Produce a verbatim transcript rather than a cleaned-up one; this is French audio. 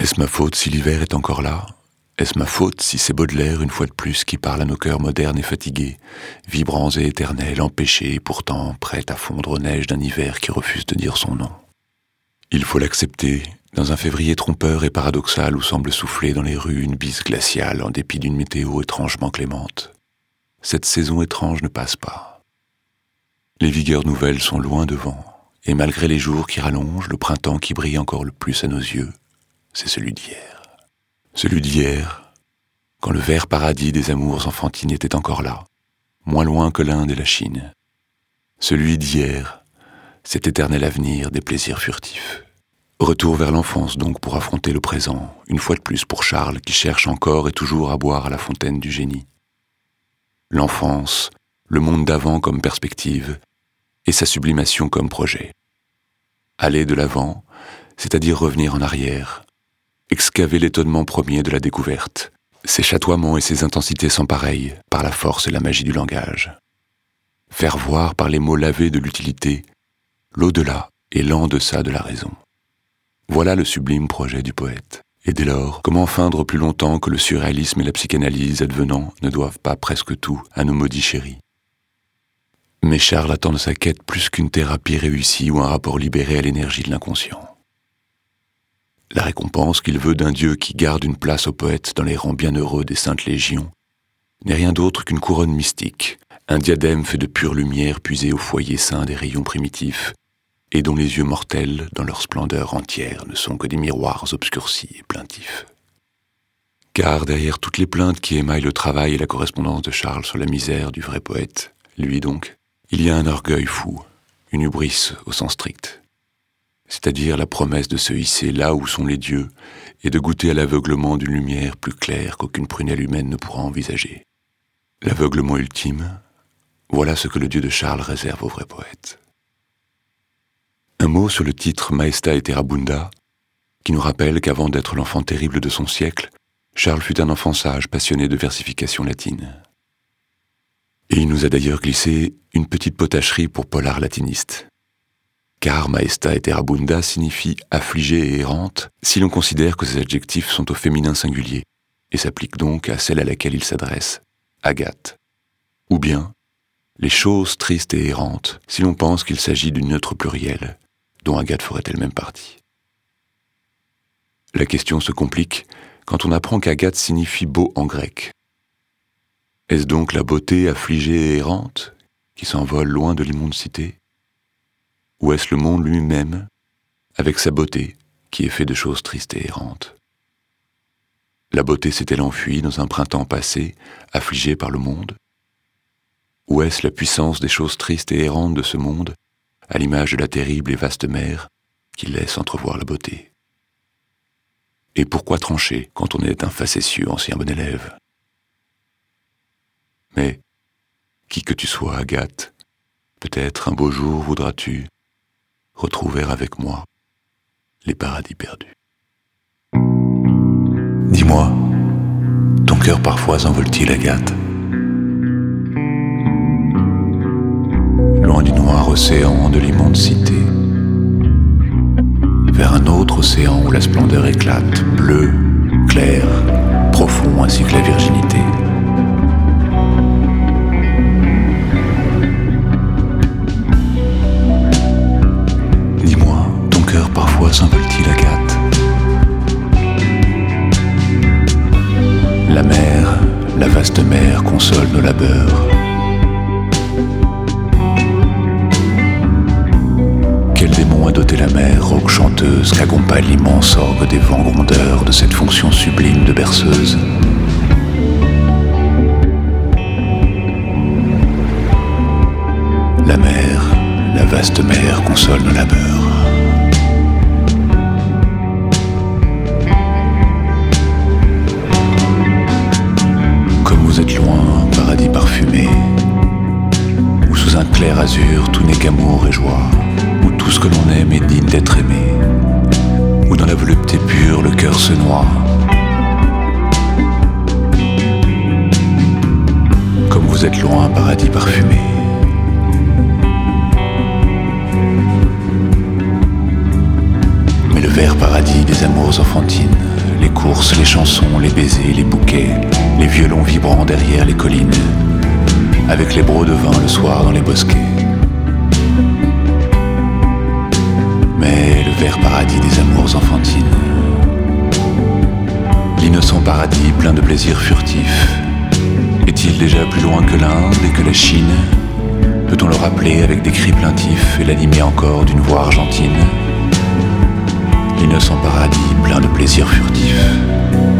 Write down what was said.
Est-ce ma faute si l'hiver est encore là ? Est-ce ma faute si c'est Baudelaire, une fois de plus, qui parle à nos cœurs modernes et fatigués, vibrants et éternels, empêchés et pourtant prêts à fondre aux neiges d'un hiver qui refuse de dire son nom ? Il faut l'accepter, dans un février trompeur et paradoxal où semble souffler dans les rues une bise glaciale en dépit d'une météo étrangement clémente. Cette saison étrange ne passe pas. Les vigueurs nouvelles sont loin devant, et malgré les jours qui rallongent, le printemps qui brille encore le plus à nos yeux, c'est celui d'hier. Celui d'hier, quand le vert paradis des amours enfantines était encore là, moins loin que l'Inde et la Chine. Celui d'hier, cet éternel avenir des plaisirs furtifs. Retour vers l'enfance donc pour affronter le présent, une fois de plus pour Charles qui cherche encore et toujours à boire à la fontaine du génie. L'enfance, le monde d'avant comme perspective, et sa sublimation comme projet. Aller de l'avant, c'est-à-dire revenir en arrière, excaver l'étonnement premier de la découverte, ses chatoiements et ses intensités sans pareil par la force et la magie du langage. Faire voir par les mots lavés de l'utilité l'au-delà et l'en-deçà de la raison. Voilà le sublime projet du poète. Et dès lors, comment feindre plus longtemps que le surréalisme et la psychanalyse advenant ne doivent pas presque tout à nos maudits chéris ? Mais Charles attend de sa quête plus qu'une thérapie réussie ou un rapport libéré à l'énergie de l'inconscient. La récompense qu'il veut d'un Dieu qui garde une place au poète dans les rangs bienheureux des saintes légions n'est rien d'autre qu'une couronne mystique, un diadème fait de pure lumière puisée au foyer saint des rayons primitifs, et dont les yeux mortels, dans leur splendeur entière, ne sont que des miroirs obscurcis et plaintifs. Car derrière toutes les plaintes qui émaillent le travail et la correspondance de Charles sur la misère du vrai poète, lui donc, il y a un orgueil fou, une hubris au sens strict. C'est-à-dire la promesse de se hisser là où sont les dieux et de goûter à l'aveuglement d'une lumière plus claire qu'aucune prunelle humaine ne pourra envisager. L'aveuglement ultime, voilà ce que le Dieu de Charles réserve au vrai poète. Un mot sur le titre Maesta et Terabunda, qui nous rappelle qu'avant d'être l'enfant terrible de son siècle, Charles fut un enfant sage passionné de versification latine. Et il nous a d'ailleurs glissé une petite potacherie pour polar latiniste. Car Maesta et Terabunda signifie affligée et errante si l'on considère que ces adjectifs sont au féminin singulier et s'appliquent donc à celle à laquelle ils s'adressent, Agathe. Ou bien les choses tristes et errantes si l'on pense qu'il s'agit d'une neutre plurielle, dont Agathe ferait elle-même partie. La question se complique quand on apprend qu'Agathe signifie beau en grec. Est-ce donc la beauté affligée et errante qui s'envole loin de l'immonde cité ? Ou est-ce le monde lui-même, avec sa beauté, qui est fait de choses tristes et errantes ? La beauté s'est-elle enfuie dans un printemps passé, affligée par le monde ? Ou est-ce la puissance des choses tristes et errantes de ce monde, à l'image de la terrible et vaste mer, qui laisse entrevoir la beauté ? Et pourquoi trancher quand on est un facétieux ancien bon élève ? Mais, qui que tu sois, Agathe, peut-être un beau jour voudras-tu retrouver avec moi les paradis perdus. Dis-moi, ton cœur parfois envole-t-il, Agathe ? Loin du noir océan de l'immonde cité, vers un autre océan où la splendeur éclate, bleu, clair, profond ainsi que la virginité. Parfois s'envole-t-il, Agathe ? La mer, la vaste mer console nos labeurs. Quel démon a doté la mer, roque chanteuse, qu'accompagne l'immense orgue des vents grondeurs de cette fonction sublime de berceuse ? La mer, la vaste mer console nos labeurs. Vous êtes loin, paradis parfumé, où sous un clair azur tout n'est qu'amour et joie, où tout ce que l'on aime est digne d'être aimé, où dans la volupté pure le cœur se noie. Comme vous êtes loin, paradis parfumé. Mais le vert paradis des amours enfantines, les courses, les chansons, les baisers, les bouquets, les violons vibrants derrière les collines, avec les brocs de vin le soir dans les bosquets. Mais le vert paradis des amours enfantines, l'innocent paradis plein de plaisirs furtifs, est-il déjà plus loin que l'Inde et que la Chine? Peut-on le rappeler avec des cris plaintifs et l'animer encore d'une voix argentine? L'innocent paradis plein de plaisirs furtifs.